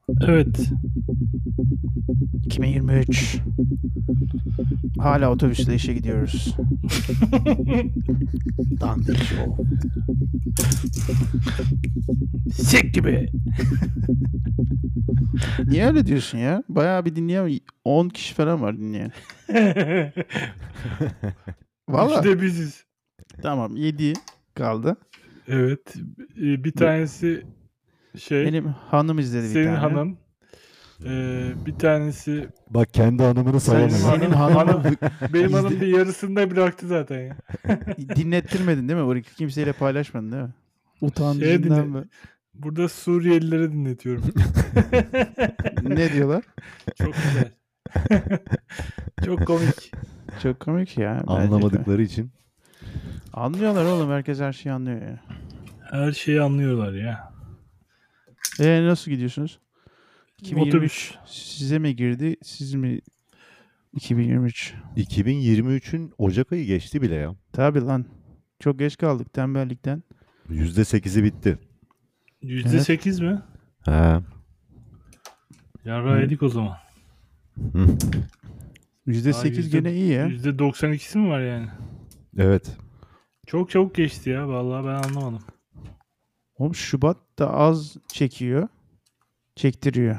Evet. 2023. Hala otobüsle işe gidiyoruz. Dandik Show. Sek gibi. Niye öyle diyorsun ya? Bayağı bir dinleyen 10 kişi falan var dinleyen. Valla. Üçte biziz. Tamam 7 kaldı. Evet. Bir tanesi Benim hanım izledi bir senin tane. hanım. Bir tanesi Bak kendi hanımını senin savamıyor. Senin hanım. hanımı Benim hanım izle- bir yarısında bıraktı zaten ya. dinlettirmedin değil mi? Orayı kimseyle paylaşmadın değil mi? Utancından dinle- mı? Burada Suriyelilere dinletiyorum. Ne diyorlar? Çok güzel. Çok komik. Çok komik ya. Bence de. Anlamadıkları için. Anlıyorlar oğlum. Herkes her şeyi anlıyor ya. Her şeyi anlıyorlar ya. Nasıl gidiyorsunuz? 2023 Otobüs. size mi girdi? Siz mi 2023? 2023'ün Ocak ayı geçti bile ya. Tabii lan. Çok geç kaldık tembellikten. %8'i bitti. %8 mi? He. Yarrağı yedik o zaman. %8 gene iyi ya. %92'si mi var yani? Evet. Çok çabuk geçti ya. Vallahi ben anlamadım. Oğlum Şubat da az çekiyor. Çektiriyor.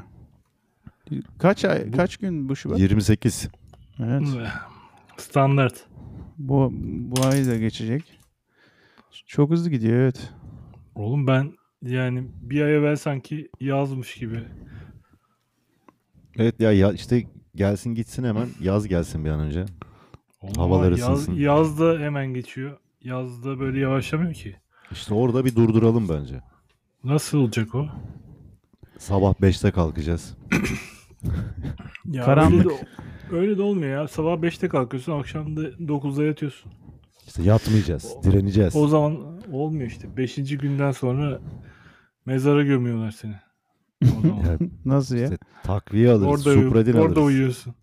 Kaç gün bu Şubat? 28. Evet. Standart. Bu ay da geçecek. Çok hızlı gidiyor evet. Oğlum ben yani bir ay evvel sanki yazmış gibi. Evet ya işte gelsin gitsin hemen. Yaz gelsin bir an önce. Oğlum Havalar ama ısınsın. yaz da hemen geçiyor. Yazda böyle yavaşlamıyor ki. İşte orada bir durduralım bence. Nasıl olacak o? Sabah 5'te kalkacağız. Ya Karanlık. öyle de olmuyor ya. Sabah 5'te kalkıyorsun, akşam da 9'da yatıyorsun. İşte yatmayacağız. Direneceğiz. O zaman olmuyor işte. 5. günden sonra mezara gömüyorlar seni. O zaman. Yani Nasıl ya? işte takviye alırız. Supradin orada alırız. uyuyorsun.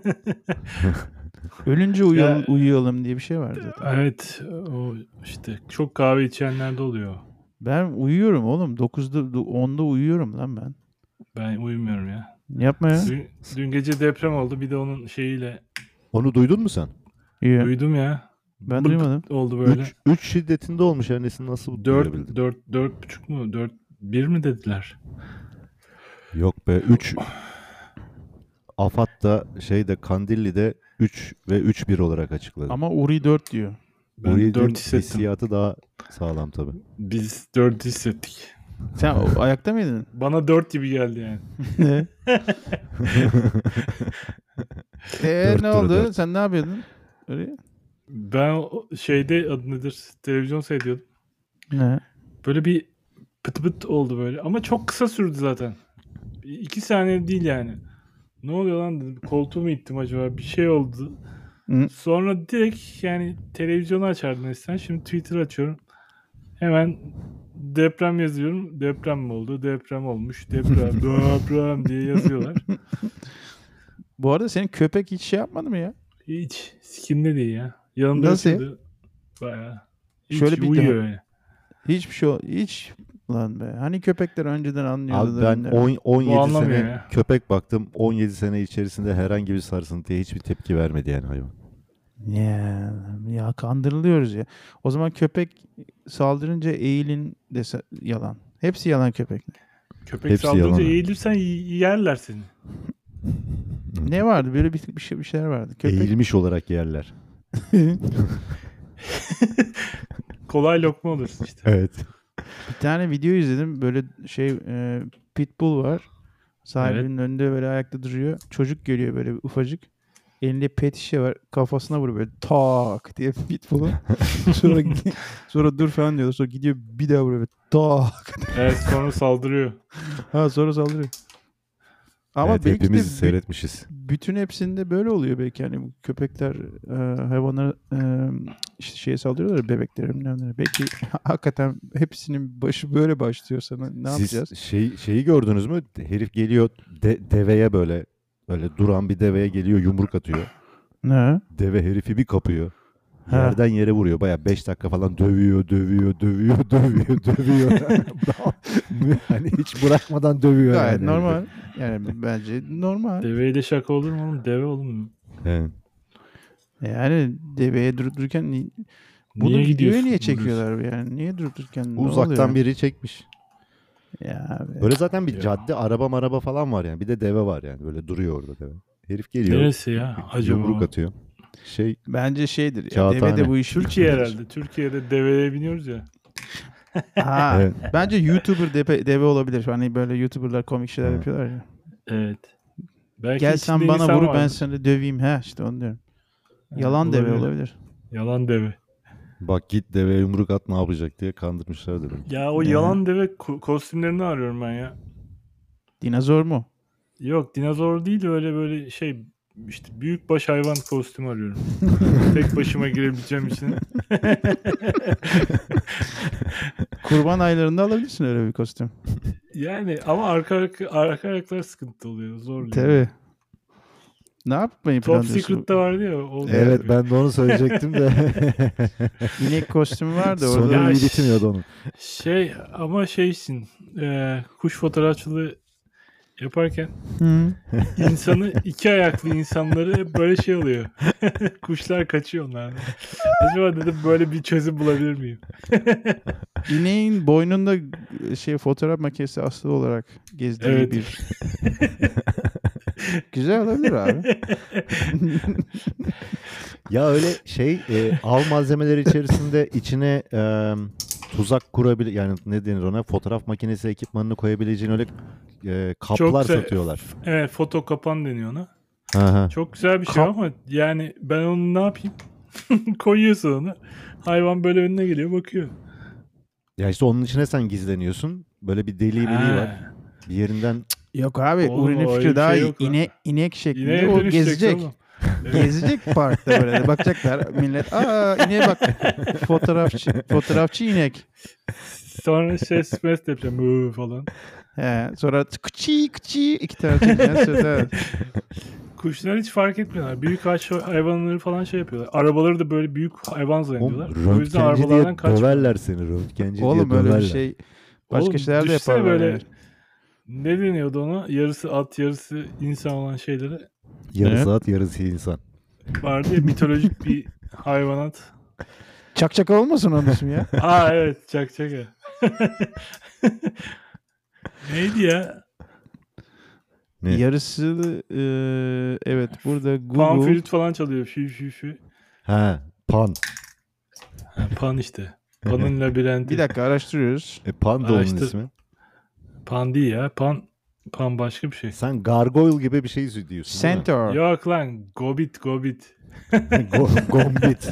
Ölünce Ya- uyuyalım diye bir şey var zaten. Evet, o işte çok kahve içenlerde oluyor. Ben uyuyorum oğlum. 9'da 10'da uyuyorum lan ben. Ben uyumuyorum ya. Yapma ya. Dün gece deprem oldu. Bir de onun şeyiyle Onu duydun mu sen? İyi. duydum ya. Ben Bık duymadım. oldu böyle. 3 şiddetinde olmuş. Annesi nasıl duyabildin? 4,5 mu? 1 mi dediler? Yok be 3. AFAD da Kandilli'de 3 ve 3-1 olarak açıkladı. Ama Uri 4 diyor. Ben Uri'nin 4 hissettim. hissiyatı daha sağlam tabii. Biz 4 hissettik. Sen ayakta mıydın? Bana 4 gibi geldi yani. Ne? Dört Ne lira, oldu? dört. Sen ne yapıyordun? Öyle. Ben adı nedir? Televizyon seyrediyordum. Ne? Böyle bir pıt pıt oldu böyle. Ama çok kısa sürdü zaten. 2 saniye değil yani. Ne oluyor lan dedim. Koltuğumu ittim acaba. Bir şey oldu. Hı. Sonra direkt yani televizyonu açardım eskiden. Şimdi Twitter açıyorum. Hemen deprem yazıyorum. Deprem mi oldu? Deprem olmuş. Deprem diye yazıyorlar. Bu arada senin köpek hiç şey yapmadı mı ya? Hiç sikinde değil ya. Yanımda Nasıl ya? yatıyordu. Bayağı. Hiç Şöyle bir uyuyor daha- yani. Hiçbir şey hiç lan be. Hani köpekler önceden anlıyordu Abi da ben önler. 17 anlamıyor sene ya. köpek baktım. 17 sene içerisinde herhangi bir sarsıntıya hiçbir tepki vermedi yani hayvan. Ya kandırılıyoruz ya. O zaman köpek saldırınca eğilin dese yalan. Hepsi yalan köpek. Köpek Hepsi saldırınca yalan. eğilirsen yerler seni. Ne vardı? Böyle bir şeyler vardı. Köpek. Eğilmiş olarak yerler. Kolay lokma olursun işte. Evet. Bir tane video izledim. Böyle pitbull var. Sahibinin önünde böyle ayakta duruyor. Çocuk geliyor böyle ufacık. Elinde pet şişe var. Kafasına vuruyor böyle tak diye pitbull'u. sonra dur falan diyor. Sonra gidiyor bir daha vuruyor böyle tak. Evet, sonra saldırıyor. Sonra saldırıyor. Ama Evet, belki hepimiz de seyretmişiz. bütün hepsinde böyle oluyor belki. Yani bu köpekler hayvanlara işte şeye saldırıyorlar ya, bebeklere bilmem ne. Belki hakikaten hepsinin başı böyle başlıyor sana. Ne yapacağız? Siz şeyi gördünüz mü? Herif geliyor deveye böyle duran bir deveye geliyor yumruk atıyor. Ne? Deve herifi bir kapıyor. Ha. Yerden yere vuruyor. Baya 5 dakika falan dövüyor. Hani hiç bırakmadan dövüyor. Gayet yani. normal. Yani bence normal. Deveyle şaka olur mu oğlum? Deve oğlum. Evet. Yani deveye durup dururken bunu Niye videoya gidiyorsun? niye çekiyorlar yani? Niye durup dururken ne Uzaktan oluyor? biri çekmiş. Ya abi. Böyle zaten bir Ya. cadde araba falan var yani. Bir de deve var yani. Böyle duruyor orada deve. Herif geliyor. Neresi ya acaba? Yumruk atıyor. Şey Bence şeydir. Ya, Kağıthane. deve de bu işin Türkiye içindedir. herhalde. Türkiye'de deveye biniyoruz ya. Ha, Evet. bence YouTuber deve olabilir. Hani böyle YouTuber'lar komik şeyler Hı. yapıyorlar ya. Evet. Belki Gel içinde sen bana insan vur ben vardır. seni döveyim. Ha işte onu diyorum. Evet, Yalan deve olabilir. Yalan deve. bak git deve yumruk at ne yapacak diye kandırmışlar demek. Ya o Ya. yalan deve kostümlerini arıyorum ben ya. Dinozor mu? Yok dinozor değil de öyle böyle şey işte büyükbaş hayvan kostümü arıyorum. Tek başıma girebileceğim için. Kurban aylarında alabilirsin öyle bir kostüm. Yani ama arka ayaklar sıkıntı oluyor. Zorluyor. Tabii. Ne yapmayı Top planlıyorsun? Secret'ta vardı ya. O Evet ben de onu söyleyecektim de. İnek kostümü vardı Sonu orada. Ya iyi bitmiyordu onun. Şey ama şeysin kuş fotoğrafçılığı yaparken Hı. insanı iki ayaklı insanları hep böyle şey oluyor. Kuşlar kaçıyor onlardan. Acaba dedim böyle bir çözüm bulabilir miyim? İneğin boynunda fotoğraf makinesi asılı olarak gezdiği Evet. bir güzel olabilir abi. Ya öyle av malzemeleri içerisinde içine tuzak kurabilir yani ne denir ona fotoğraf makinesi ekipmanını koyabileceğin öyle kaplar güzel. satıyorlar. Evet foto kapan deniyor ona. Aha. Çok güzel bir şey ama yani ben onu ne yapayım? Koyuyorsun onu. Hayvan böyle önüne geliyor bakıyor. Ya işte onun içine sen gizleniyorsun. Böyle bir deliği var. Bir yerinden Yok abi Oğlum, Uri'nin öyle fikri bir daha şey iyi. yok lan. İnek şeklinde İneğe o dönüşecek gezecek. oğlum. Evet. Gezecek parkta böyle. Bakacaklar millet. Aa ineğe bak. Fotoğrafçı inek. Sonra smash yapacağım falan. Sonra kıçı iki tane çekeceğiz. Kuşlar hiç fark etmiyorlar. Büyük ağaç hayvanları falan şey yapıyorlar. Arabaları da böyle büyük hayvan zannediyorlar. O yüzden röntgenci diye arabalardan kaçmıyorlar. döverler seni. Röntgenci Oğlum diye öyle döverler. bir şey başka Oğlum, şeyler de düşünsene yaparlar. böyle yani. ne deniyordu ona? Yarısı at, yarısı insan olan şeylere Yarısı Evet. at yarısı insan. vardı ya mitolojik bir hayvanat. Çak olmasın onun ismi ya. Aa evet çakçaka. Neydi ya? Ne? Yarısı evet burada Google. Panflüt falan çalıyor. Fü. Ha, pan. Ha, Pan işte. Pan'ın labirenti. Bir dakika araştırıyoruz. Pan da onun Araştır. ismi. Pan değil ya. Pan başka bir şey. Sen gargoyle gibi bir şey diyorsun değil mi? Centaur. Yok lan. Gobit. Gombit.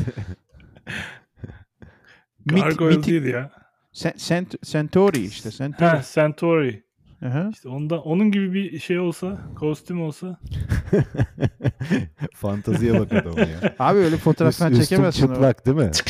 Gargoyle Mitik- değil ya. Centauri işte. Centauri. Ha Centauri. Aha. İşte onun gibi bir şey olsa, kostüm olsa. Fantaziye bak adamın ya. Abi öyle fotoğraf falan Üstün çekemezsin. çıplak değil mi?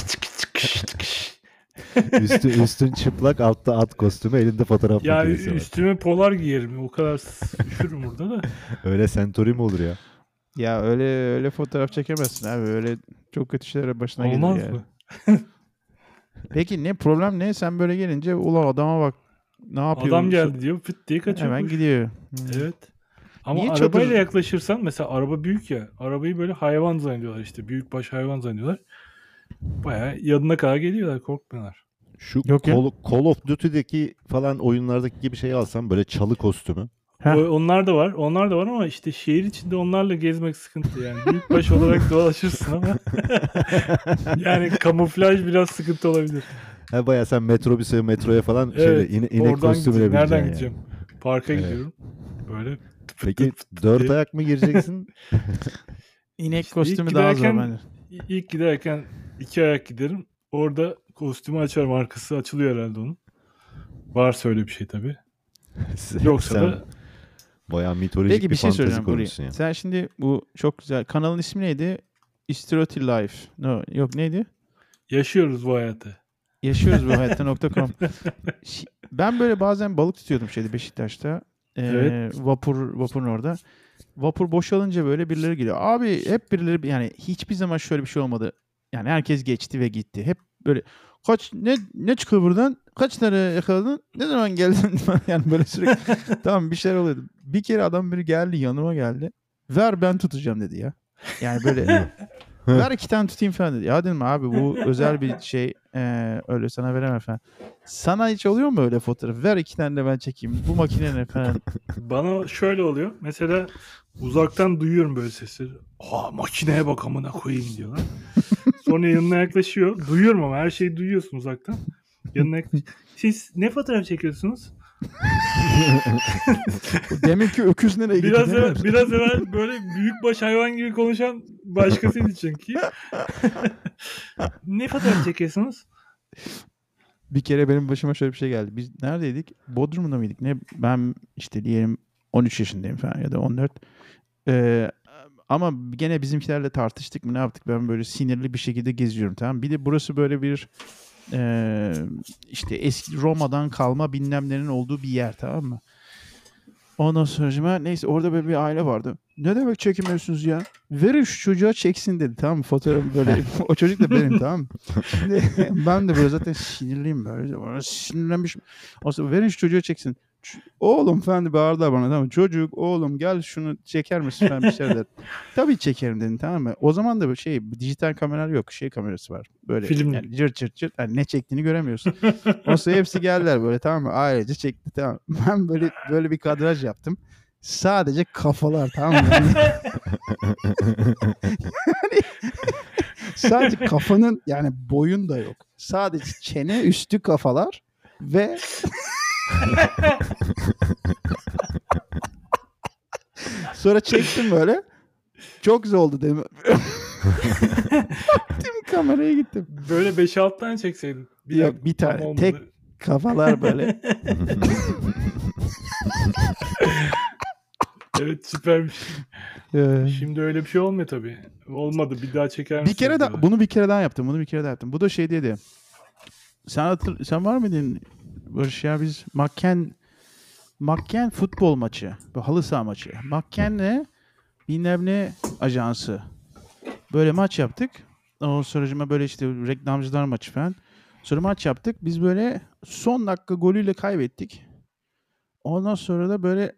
Üstün çıplak altta at kostümü elinde fotoğraf Ya makinesi var. üstüme polar giyerim. O kadar üşürüm burada da. Öyle Centauri mi olur ya? Ya öyle fotoğraf çekemezsin abi. Öyle çok kötü şeylere başına gelir Olmaz yani. mı? Peki ne problem ne? Sen böyle gelince ulan adama bak ne yapıyor? Adam geldi diyor. Fıt diye kaçıyor. Hemen kuş. gidiyor. Evet. Ama Niye arabayla çadır- yaklaşırsan mesela araba büyük ya. Arabayı böyle hayvan zannediyorlar işte. Büyükbaş hayvan zannediyorlar. Bayağı yanına kadar geliyorlar. Korkmuyorlar. Şu Yok ya. Call of Duty'deki falan oyunlardaki gibi şey alsam böyle çalı kostümü. Heh. Onlar da var. Onlar da var ama işte şehir içinde onlarla gezmek sıkıntı yani. Büyükbaş olarak dolaşırsın ama yani kamuflaj biraz sıkıntı olabilir. Ha bayağı sen metroya falan Evet, inek oradan kostümüyle gideceğim. Nereden bineceksin gideceğim? Parka Evet. gidiyorum. Böyle Peki dört ayak mı gireceksin? İnek İşte kostümü ilk daha zor giderken- bence. ilk giderken 2 ayak giderim. Orada kostümü açarım. Arkası açılıyor herhalde onun. Varsa öyle bir şey tabii. Yoksa Sen da bayağı mitolojik Peki bir bir şey fantazi söyleyeceğim buraya. kurmuşsun ya. Sen şimdi bu çok güzel. Kanalın ismi neydi? Istroti Life. No, yok neydi? yaşıyoruz bu hayatı. Yaşıyoruz bu hayatta.com. Ben böyle bazen balık tutuyordum Beşiktaş'ta. Evet. Vapurun orada. Vapur boşalınca böyle birileri geliyor. Abi hep birileri yani hiçbir zaman şöyle bir şey olmadı. Yani herkes geçti ve gitti. Hep böyle ne çıkıyor buradan? Kaç tane yakaladın? Ne zaman geldin? Yani böyle sürekli tamam bir şeyler oluyordu. Bir kere adam biri geldi yanıma geldi. Ver ben tutacağım dedi ya. Yani böyle ver 2 tane tutayım falan dedi. Ya dedim abi bu özel bir şey öyle sana veremem falan. Sana hiç oluyor mu öyle fotoğraf? Ver 2 tane de ben çekeyim. Bu makine ne falan. Bana şöyle oluyor. Mesela uzaktan duyuyorum böyle sesleri. Makineye bak amına koyayım diyorlar. Sonra yanına yaklaşıyor. Duyuyorum ama her şeyi duyuyorsun uzaktan. Yanına Siz ne fotoğraf çekiyorsunuz? Demek ki öküz nereye gitti? Biraz evvel böyle büyükbaş hayvan gibi konuşan başkasıydı çünkü. Ne fotoğraf çekiyorsunuz? Bir kere benim başıma şöyle bir şey geldi. Biz neredeydik? Bodrum'da mıydık? Ne? Ben işte diyelim 13 yaşındayım falan ya da 14. Ama gene bizimkilerle tartıştık mı ne yaptık? Ben böyle sinirli bir şekilde geziyorum tamam. Bir de burası böyle bir işte eski Roma'dan kalma bilmemlerin olduğu bir yer tamam mı? Ondan sonra neyse orada böyle bir aile vardı. Ne demek çekemiyorsunuz ya? Verin şu çocuğa çeksin dedi tamam mı? Fotoğrafı böyle. O çocuk da benim tamam mı? Şimdi ben de böyle zaten sinirliyim böyle. Sinirlenmişim. O zaman verin şu çocuğa çeksin. Oğlum falan diye bağırdılar bana tamam mı? Çocuk oğlum gel şunu çeker misin falan bir şeyler. Tabii çekerim dedim tamam mı? O zaman da böyle dijital kameralar yok. Kamerası var. Böyle Film. yani cırt cırt cırt. Yani ne çektiğini göremiyorsun. O sırada hepsi geldiler böyle tamam mı? Ailece çekti tamam. Ben böyle bir kadraj yaptım. Sadece kafalar tamam mı? Yani sadece kafanın yani boyun da yok. Sadece çene üstü kafalar ve sonra çektim böyle. Çok güzel oldu dedim. Baktım kameraya gittim. Böyle 5-6 tane çekseydin. Yok bir tane. olmadı. Tek kafalar böyle. Evet süpermiş. Şimdi öyle bir şey olmuyor tabii. Olmadı bir daha çeker misin? Bunu bir kere daha yaptım. Bu da şey dedi. Sen var mıydın Barış ya biz Makken futbol maçı. Bu halı saha maçı. Makken'le bilmem ne ajansı. Böyle maç yaptık. Ondan sonra böyle işte reklamcılar maçı falan. Sonra maç yaptık. Biz böyle son dakika golüyle kaybettik. Ondan sonra da böyle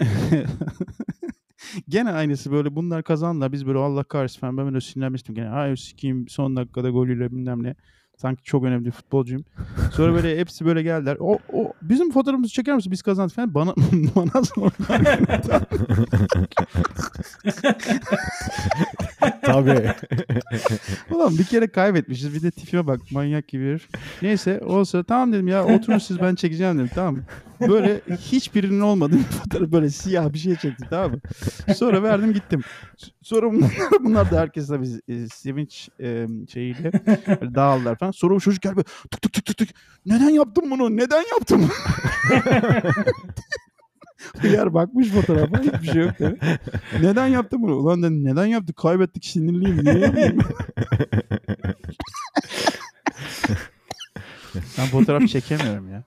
gene aynısı böyle bunlar kazandılar. Biz böyle Allah kahretsin falan ben böyle sinirlenmiştim. Gene hayır sikeyim son dakikada golüyle bilmem ne. Sanki çok önemli bir futbolcuyum. Sonra böyle hepsi böyle geldiler. O bizim fotoğrafımızı çeker misin? Biz kazandık falan. Bana sordular. Tabii. Ulan bir kere kaybetmişiz. Bir de tipime bak manyak gibi herif. Neyse o sırada tamam dedim ya oturun siz ben çekeceğim dedim tamam mı? Böyle hiçbirinin olmadığı bir fotoğraf böyle siyah bir şey çektik tamam mı? Sonra verdim gittim. Sonra bunlar da herkes tabii sevinç şeyiyle dağıldılar falan. Sonra o çocuk geldi tık tık tık tık tık. Neden yaptın bunu? Neden yaptın? Hıyar bakmış fotoğrafa hiçbir şey yok tabii. Neden yaptın bunu? Ulan dedim neden yaptık? Kaybettik sinirliyim. Niye yapayım? Ben fotoğraf çekemiyorum ya.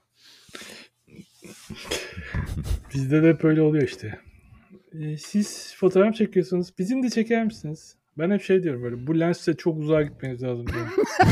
Bizde de hep öyle oluyor işte. Siz fotoğraf çekiyorsunuz. Bizim de çeker misiniz? Ben hep şey diyorum böyle. Bu lensle çok uzağa gitmeniz lazım diyorum.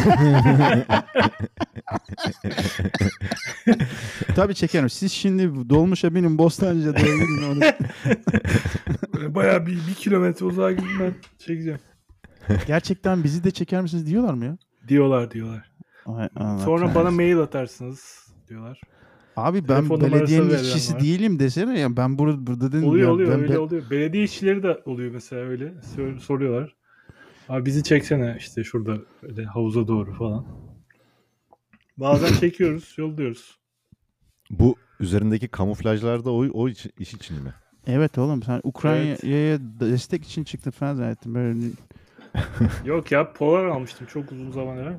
Tabii çekerim. Siz şimdi dolmuşa binin Bostancı'da gidin onu. Böyle bayağı bir kilometre uzağa gidin ben çekeceğim. Gerçekten bizi de çeker misiniz diyorlar mı ya? Diyorlar. Sonra bana mail atarsınız diyorlar. Abi ben Telefon belediyenin numarası işçisi veren var. değilim desene ya. Ben burada dedim. Oluyor ya, öyle oluyor. Belediye işçileri de oluyor mesela öyle. Soruyorlar. Abi bizi çeksene işte şurada öyle havuza doğru falan. Bazen çekiyoruz, yolluyoruz. Bu üzerindeki kamuflajlar da o iş için mi? Evet oğlum sen Ukrayna'ya destek için çıktın falan zannettim. Böyle... Yok ya Polar almıştım çok uzun zaman evvel.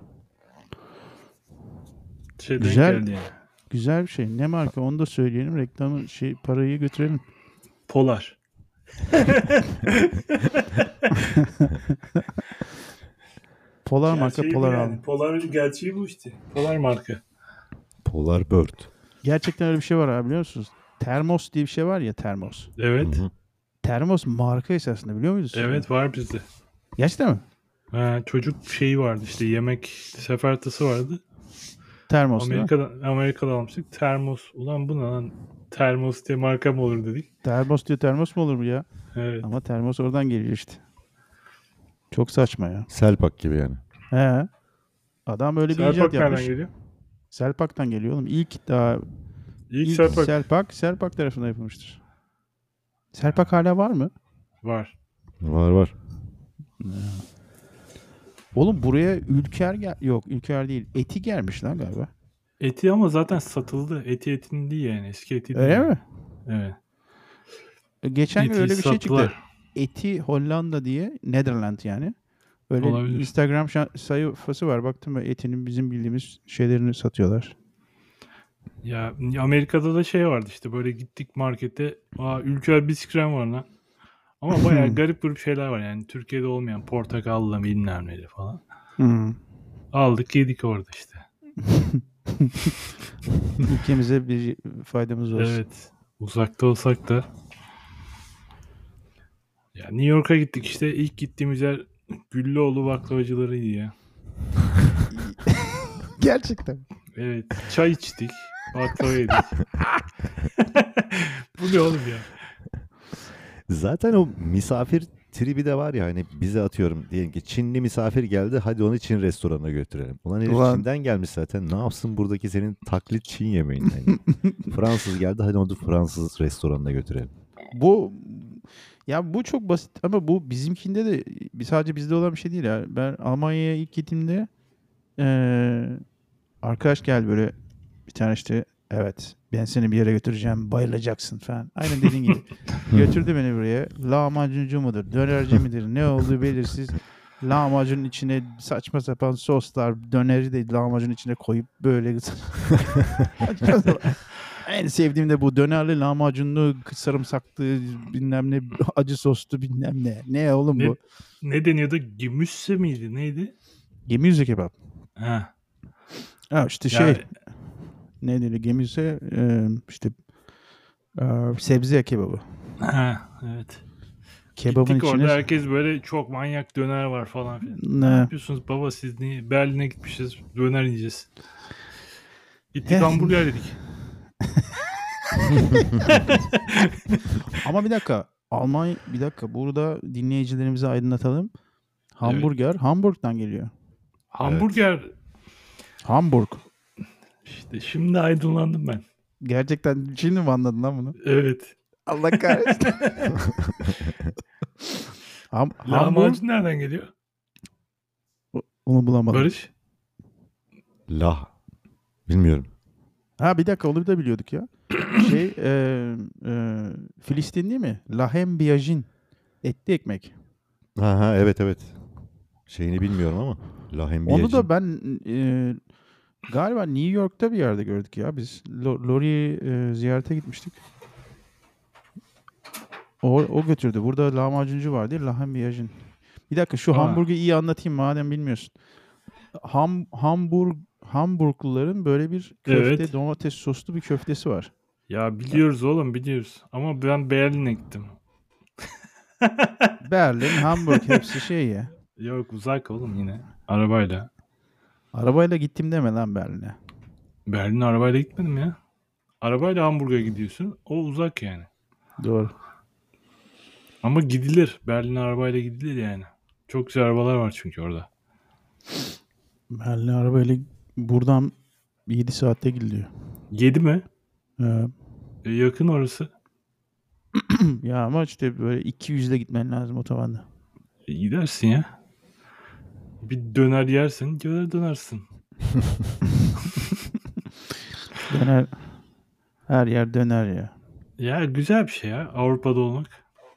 Güzel. Geldi yani. Güzel bir şey. Ne marka onu da söyleyelim. Reklamı parayı götürelim. Polar. Polar marka Polar yani. aldım. Polar'ın gerçeği bu işte. Polar marka. Polar Bird. Gerçekten öyle bir şey var abi biliyor musunuz? Termos diye bir şey var ya termos. Evet. Hı-hı. Termos marka esasında biliyor muydunuz? Evet var bizde. Gerçekten mi? Çocuk şeyi vardı işte, yemek sefertası vardı. Termosla. Amerika'da almıştık. Termos. Ulan bu ne lan? Termos diye marka mı olur dedik. Termos diyor, termos mu olur mu ya? Evet. Ama termos oradan geliyor işte. Çok saçma ya. Selpak gibi yani. He. Adam öyle bir Selpak icat nereden yapmış. geliyor? Selpak'tan geliyor oğlum. İlk Selpak Selpak tarafından yapılmıştır. Selpak hala var mı? var. Var. Oğlum buraya Ülker yok, Ülker değil. Eti gelmiş lan galiba. Eti ama zaten satıldı. Eti değil yani. Eski eti değil. Öyle mi? Evet. Geçen gün Eti öyle bir şey sattılar. çıktı. Eti Hollanda diye, Netherland yani. Öyle Olabilir. Instagram sayfası var. Baktım etinin bizim bildiğimiz şeylerini satıyorlar. Ya Amerika'da da şey vardı işte, böyle gittik markete. Ülker Biskrem var lan. Ama bayağı garip şeyler var yani. Türkiye'de olmayan portakallı bilmem neydi falan. Aldık yedik orada işte. Ülkemize bir faydamız olsun. Evet. Uzakta olsak da. Ya New York'a gittik işte. İlk gittiğimiz yer Güllüoğlu baklavacılarıydı ya. Gerçekten. Evet. Çay içtik. Baklava yedik. Bu ne oğlum ya? Zaten o misafir tribi de var ya, hani bize atıyorum diyelim ki Çinli misafir geldi, hadi onu Çin restoranına götürelim. Ulan herif Çin'den gelmiş zaten, ne yapsın buradaki senin taklit Çin yemeğinden. Fransız geldi, hadi onu Fransız restoranına götürelim. Bu çok basit ama bu bizimkinde de sadece bizde olan bir şey değil ya. Ben Almanya'ya ilk gittiğimde arkadaş geldi böyle bir tane işte, evet ben seni bir yere götüreceğim, bayılacaksın falan. Aynen dediğin gibi. Götürdü beni buraya. Lahmacuncu mudur, dönerci midir, ne olduğu belirsiz. Lahmacunun içine saçma sapan soslar, döneri de lahmacunun içine koyup böyle en sevdiğim de bu dönerli lahmacunlu, sarımsaklı, bilmem ne, acı soslu bilmem ne. Ne oğlum bu? Ne deniyordu? Gemüse miydi? Neydi? Gemüse kebap. Ha işte ya, ne deniyor? Gemüse işte sebze kebabı. Evet. Kebabın Gittik içine... orada herkes böyle çok manyak döner var falan filan. Ne yapıyorsunuz baba siz, niye? Berlin'e gitmişiz, döner yiyeceğiz. Gittik hamburger yedik. Ama bir dakika. Burada dinleyicilerimizi aydınlatalım. Hamburger Hamburg'dan geliyor. Hamburger. Evet. Hamburg. İşte şimdi aydınlandım ben. Gerçekten şimdi mi anladın lan bunu? Evet. Allah kahretsin. Lahmacun nereden geliyor? Onu bulamadım. Barış? Bilmiyorum. Bir dakika, onu da biliyorduk ya. Filistin değil mi? Lahem biyajin. Etli ekmek. Evet. Şeyini bilmiyorum ama. Lahem Onu da ben galiba New York'ta bir yerde gördük ya. Biz Laurie'yi ziyarete gitmiştik. O götürdü. Burada lahmacuncu var değil, Lahem biyajin. Bir dakika, şu hamburgu iyi anlatayım madem bilmiyorsun. Hamburgluların böyle bir köfte, domates soslu bir köftesi var. Ya biliyoruz oğlum, biliyoruz. Ama ben Berlin'e gittim. Berlin, Hamburg hepsi ya. Yok, uzak oğlum yine. Arabayla. Arabayla gittim deme lan Berlin'e. Berlin'e arabayla gitmedim ya. Arabayla Hamburg'a gidiyorsun. O uzak yani. Doğru. Ama gidilir. Berlin'e arabayla gidilir yani. Çok güzel arabalar var çünkü orada. Berlin'e arabayla buradan 7 saatte gidiyor. 7 mi? Evet. Yakın orası. Ya ama işte böyle 200'le gitmen lazım otobanda. Gidersin ya. Bir döner yersin, dönersin. Döner. Her yer döner ya. Ya güzel bir şey ya. Avrupa'da olmak.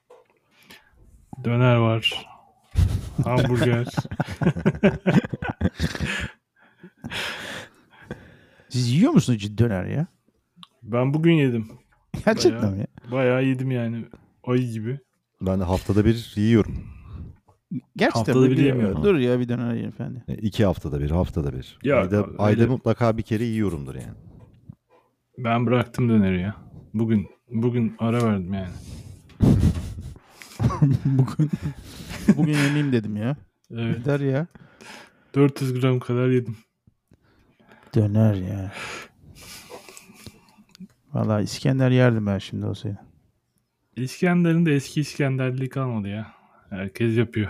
Döner var. Hamburger. Siz yiyor musunuz ciddi döner ya? Ben bugün yedim. Gerçekten mi? Bayağı yedim yani. Ayı gibi. Ben de haftada bir yiyorum. Gerçekten haftada bir yemiyorum. Dur ya, bir döner yiyin efendim. 2 haftada bir, haftada bir. Ya, ayda mutlaka bir kere yiyorumdur yani. Ben bıraktım döneri ya. Bugün ara verdim yani. Bugün yemeyeyim dedim ya. Evet. Gider ya. 400 gram kadar yedim. Döner ya. Vallahi İskender yerdim ben şimdi olsaydı. İskender'in de eski İskenderliği kalmadı ya. Herkes yapıyor.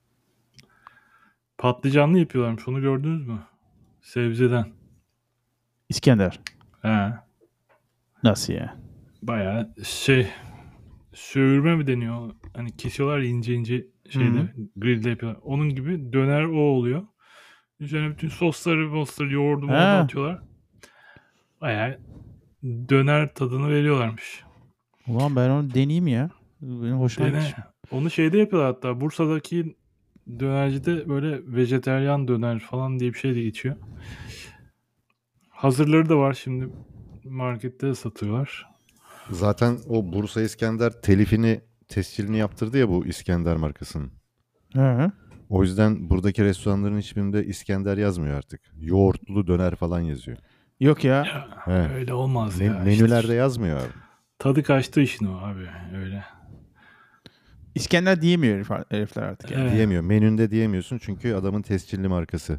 Patlıcanlı yapıyorlarmış. Onu gördünüz mü? Sebzeden. İskender. He. Nasıl ya? Bayağı söğürme mi deniyor? Hani kesiyorlar ya ince ince Hı. grillde yapıyorlar. Onun gibi döner o oluyor. Üzerine bütün sosları, yoğurdu Ha. atıyorlar. Bayağı döner tadını veriyorlarmış. Ulan ben onu deneyeyim ya. Benim hoşuma gitti. Dene. Onu şeyde yapıyorlar hatta. Bursa'daki dönercide böyle vejeteryan döner falan diye bir şey de geçiyor. Hazırları da var şimdi. Markette de satıyorlar. Zaten o Bursa İskender telifini, tescilini yaptırdı ya bu İskender markasının. Hı. O yüzden buradaki restoranların hiçbirinde İskender yazmıyor artık. Yoğurtlu döner falan yazıyor. Yok ya. Ya, He. öyle olmaz ya. Menülerde İşte yazmıyor abi. tadı kaçtı işin o abi. Öyle. İskender diyemiyor herifler artık yani. Evet. Diyemiyor. Menünde diyemiyorsun çünkü adamın tescilli markası.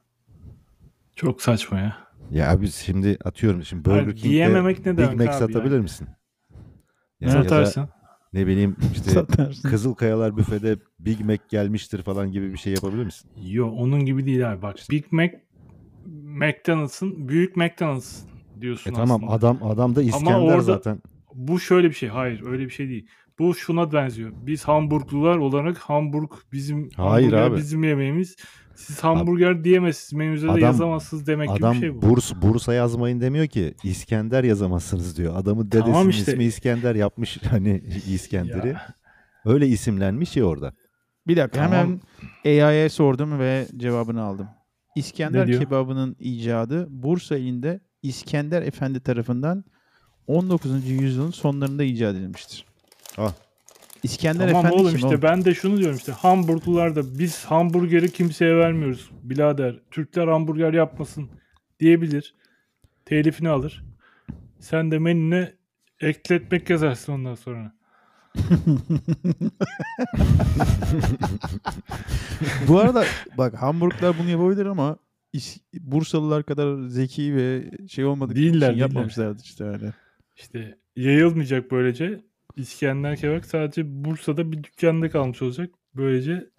Çok saçma ya. Ya abi şimdi atıyorum. Şimdi Burger Hayır, King'de diyememek ne Big demek Mac abi satabilir yani? misin? Evet. Ya da Satarsın. ne bileyim işte Satarsın. Kızılkayalar büfede Big Mac gelmiştir falan gibi bir şey yapabilir misin? Yo, onun gibi değil abi. Bak, Big Mac McDonald's'ın büyük McDonald's diyorsun Tamam aslında. adam da İskender orada- zaten. Bu şöyle bir şey. Hayır, öyle bir şey değil. Bu şuna benziyor. Biz Hamburglular olarak Hamburg bizim Hayır hamburger abi. bizim yemeğimiz. Siz hamburger diyemezsiniz. Menünüze de Adam- yazamazsınız demek gibi bir Adam şey bu. Bursa yazmayın demiyor ki. İskender yazamazsınız diyor. Adamın Tamam dedesinin işte. ismi İskender yapmış hani İskender'i. Ya. Öyle isimlenmiş ya orada. Bir dakika Tamam. hemen AI'ye sordum ve cevabını aldım. Ne İskender diyor? kebabının icadı Bursa ilinde İskender Efendi tarafından 19. yüzyılın sonlarında icat edilmiştir. Ah. İskender Tamam Efendi oğlum, kim işte oğlum? ben de şunu diyorum işte. Hamburglular da biz hamburgeri kimseye vermiyoruz birader. Türkler hamburger yapmasın diyebilir. Telifini alır. Sen de menüne ekletmek yazarsın ondan sonra. Bu arada bak Hamburglar bunu yapabilir ama Bursalılar kadar zeki ve şey olmadıkları Değiller, için yapmamışlardı işte öyle. İşte yayılmayacak böylece. İskender kebap sadece Bursa'da bir dükkanda kalmış olacak. Böylece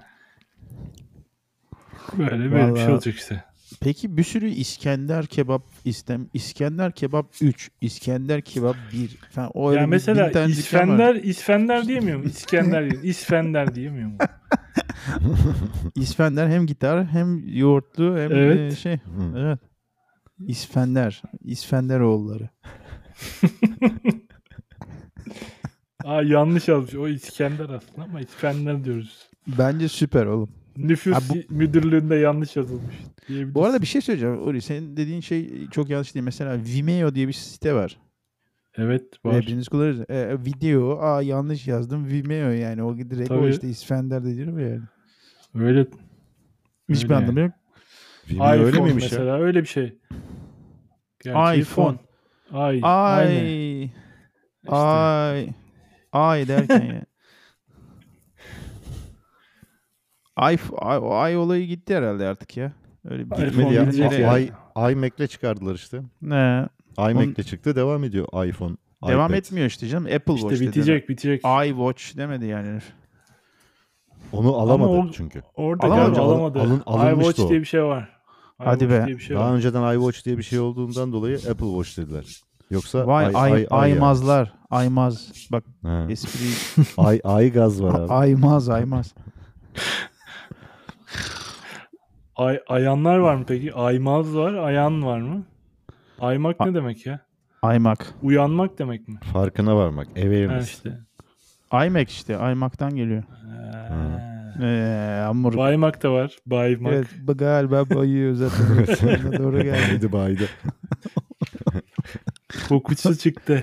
böyle bir şey Vallahi- olacak işte. Peki bir sürü İskender kebap İskender kebap 3, İskender kebap 1 falan. O öyle Ya bir mesela 1000 tane dükkan var. İsfender diyemiyor mu? İskender değil. İsfender diyemiyor mu? İskender hem gitar hem yoğurtlu hem Evet. şey. Hı. Evet. İsfenderoğulları. Yanlış almış. O İskender aslında ama İskender diyoruz. Bence süper oğlum. Nüfus Ha, müdürlüğünde yanlış yazılmış diyebiliriz. Bu arada bir şey söyleyeceğim. Uri senin dediğin şey çok yanlış değil. Mesela Vimeo diye bir site var. Evet, var. Hepiniz kullanırız. Video yanlış yazdım. Vimeo yani. O direkt o Tabii. işte İskender dediğim yani. Öyle. Hiçbir Öyle anlamı yok. Vimeo iPhone öyle miymiş mesela ya? öyle bir şey. Gerçi iPhone. Aynı. Ay. İşte. Ay derken ya. Ay olayı gitti herhalde artık ya. Öyle bir iPhone Gitmedi ya. gidecek birileri- yani. iMac'le çıkardılar işte. Ne? iMac'le çıktı devam ediyor iPhone. Devam iPad. etmiyor işte canım. Apple İşte Watch bitecek. dedi. iWatch demedi yani herif. Onu alamadı Ama çünkü. Orada Alamadı. galiba alamadı. Alınmıştı iWatch o. diye bir şey var. Hadi iWatch be. diye bir şey Daha var. önceden iWatch diye bir şey olduğundan dolayı Apple Watch dediler. Yoksa Vay aymazlar. Aymaz. Bak Ha. espri. Ay gaz var abi. Aymaz. Ayanlar var mı peki? Aymaz var, ayan var mı? Aymak ne demek ya? Aymak. Uyanmak demek mi? Farkına varmak. Ha Awareness. işte. Aymak işte. Aymak'tan geliyor. Hamburg. Baymak da var. Baymak. Evet, bu galiba bayıyor zaten. Sonuna doğru geldi. Baydı. Kokusu çıktı.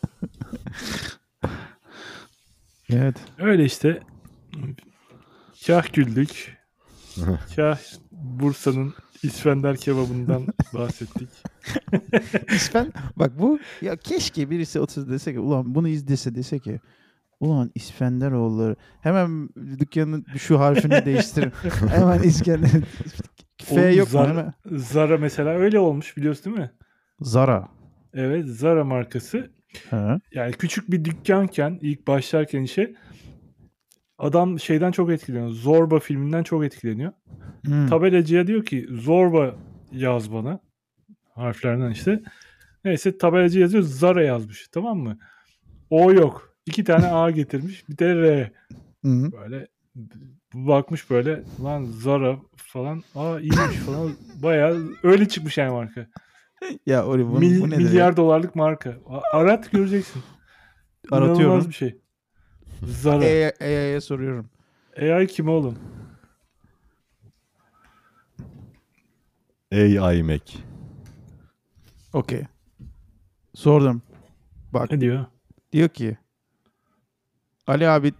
Evet. Öyle işte. Kah güldük. Kah Bursa'nın İskender kebabından bahsettik. Bak bu ya keşke birisi otursa dese ki ulan bunu izlese dese ki Ulan İskenderoğulları. Hemen dükkanın şu harfini değiştirin. Hemen İskender. F Oğlum, yok mu? Hemen. Zara mesela öyle olmuş, biliyorsun değil mi? Zara. Evet, Zara markası. Ha. Yani küçük bir dükkanken, ilk başlarken işe, adam şeyden çok etkileniyor. Zorba filminden çok etkileniyor. Tabelacıya diyor ki Zorba yaz bana. Harflerden işte. Neyse tabelacı yazıyor, Zara yazmış, tamam mı? O yok. 2 tane A getirmiş. Bir de R. Hı. Böyle bakmış böyle, lan Zara falan. Aa, iyiymiş falan. Bayağı öyle çıkmış yani marka. Ya bu nedir Milyar ya? dolarlık marka. Arat, göreceksin. İnanılmaz Aratıyorum. bir şey. Zara. AI'ye soruyorum. AI kim oğlum? AI Mac. Okey. Sordum. Bak Ne diyor? diyor ki Ali abi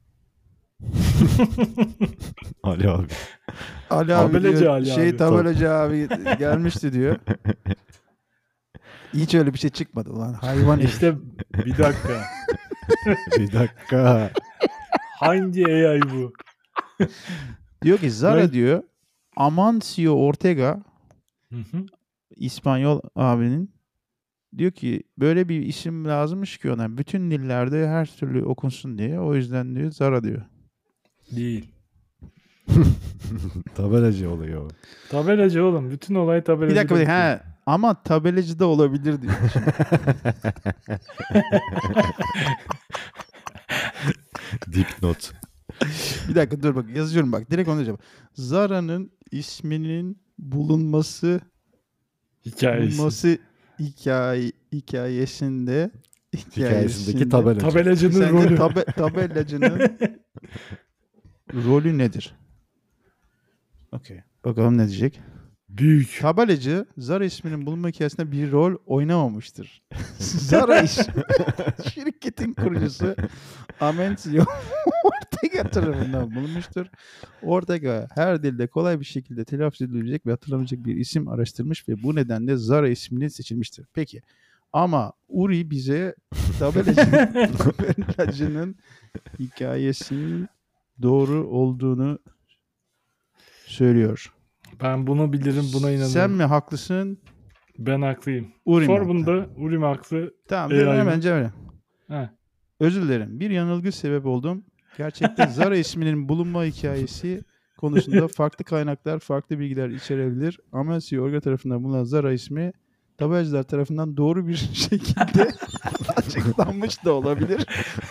Ali abi. Tabelacı diyor, Ali abi. tabelacı abi gelmişti diyor. Hiç öyle bir şey çıkmadı lan. Hayvan herif. İşte bir dakika. Bir dakika. Hangi AI bu? Diyor ki Zara Evet. diyor Amancio Ortega Hı hı. İspanyol abinin diyor ki böyle bir isim lazımmış ki ona. Bütün dillerde her türlü okunsun diye. O yüzden diyor Zara diyor. Değil. Tabelacı oluyor. Tabelacı oğlum. Bütün olay tabelacı. Bir dakika. Ha, ama tabelacı da olabilir diyor. Dipnot. Bir dakika dur bak yazıyorum bak. Direkt onu diyeceğim. Zara'nın isminin bulunması Hikayesi. Hikayesindeki tabelacı. Tabelacının Sence rolü. tabelacının rolü nedir? Okey. Bakalım ne diyecek. Büyük. Tabelacı Zara isminin bulunma hikayesinde bir rol oynamamıştır. Zara şirketin kurucusu Amancio Ortega tarafından bulunmuştur. Ortega her dilde kolay bir şekilde telaffuz edilebilecek ve hatırlanabilecek bir isim araştırmış ve bu nedenle Zara ismini seçilmiştir. Peki ama Uri bize tabelacının hikayesinin doğru olduğunu söylüyor. Ben bunu bilirim, buna inanıyorum. Sen mi haklısın? Ben haklıyım. Uri mi Sor haklı? bunu da. Uri mi haklı? Tamam, AI hemen mı? öyle. He. Özür dilerim. Bir yanılgı sebep oldum. Gerçekte Zara isminin bulunma hikayesi konusunda farklı kaynaklar, farklı bilgiler içerebilir. Amancio Ortega tarafından bulunan Zara ismi tabelacılar tarafından doğru bir şekilde açıklanmış da olabilir.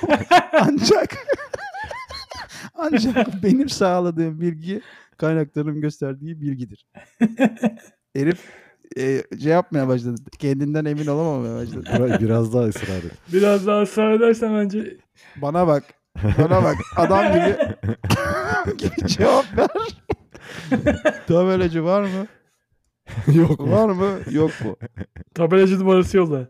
ancak benim sağladığım bilgi kaynakların gösterdiği bilgidir. Herif şey yapmaya başladı. Kendinden emin olamamaya başladı. Biraz daha ısrar et. Biraz daha ısrar edersen bence Bana bak. Adam gibi cevap ver. Tabelacı var mı? Yok mu? Var mı? Yok mu? tabelacı numarası yolla.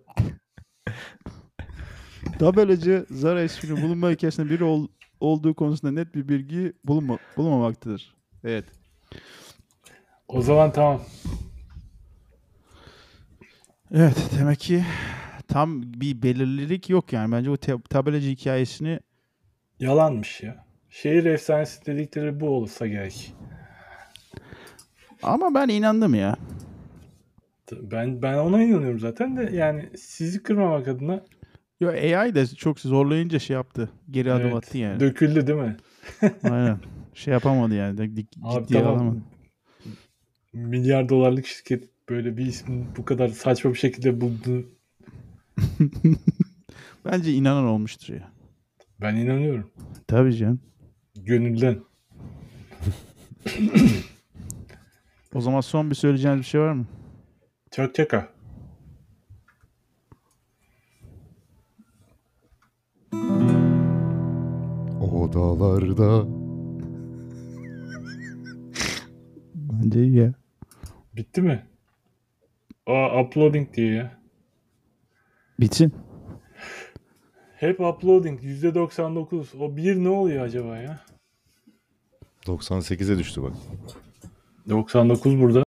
Tabelacı Zara isminin bulunma hikayesinde biri olduğu konusunda net bir bilgi bulunmamaktadır. Evet. O zaman tamam. Evet, demek ki tam bir belirlilik yok yani. Bence o tabelacı hikayesini Yalanmış ya. Şehir efsanesi dedikleri bu olsa gerek. ama ben inandım ya. Ben ona inanıyorum zaten de, yani sizi kırmamak adına. Yo, AI de çok zorlayınca şey yaptı. Geri adım Evet, attı yani. döküldü değil mi? Aynen. Şey yapamadı yani. Abi Ciddiye tamam. alamadı. Milyar dolarlık şirket böyle bir ismi bu kadar saçma bir şekilde buldu. Bence inanan olmuştur ya. Ben inanıyorum. Tabii canım. Gönülden. O zaman son bir söyleyeceğiniz bir şey var mı? Çak çaka. O dağlarda. Bence iyi ya. Bitti mi? Uploading diye ya. Bitsin. Hep uploading. %99. O bir ne oluyor acaba ya? 98'e düştü bak. 99 burada.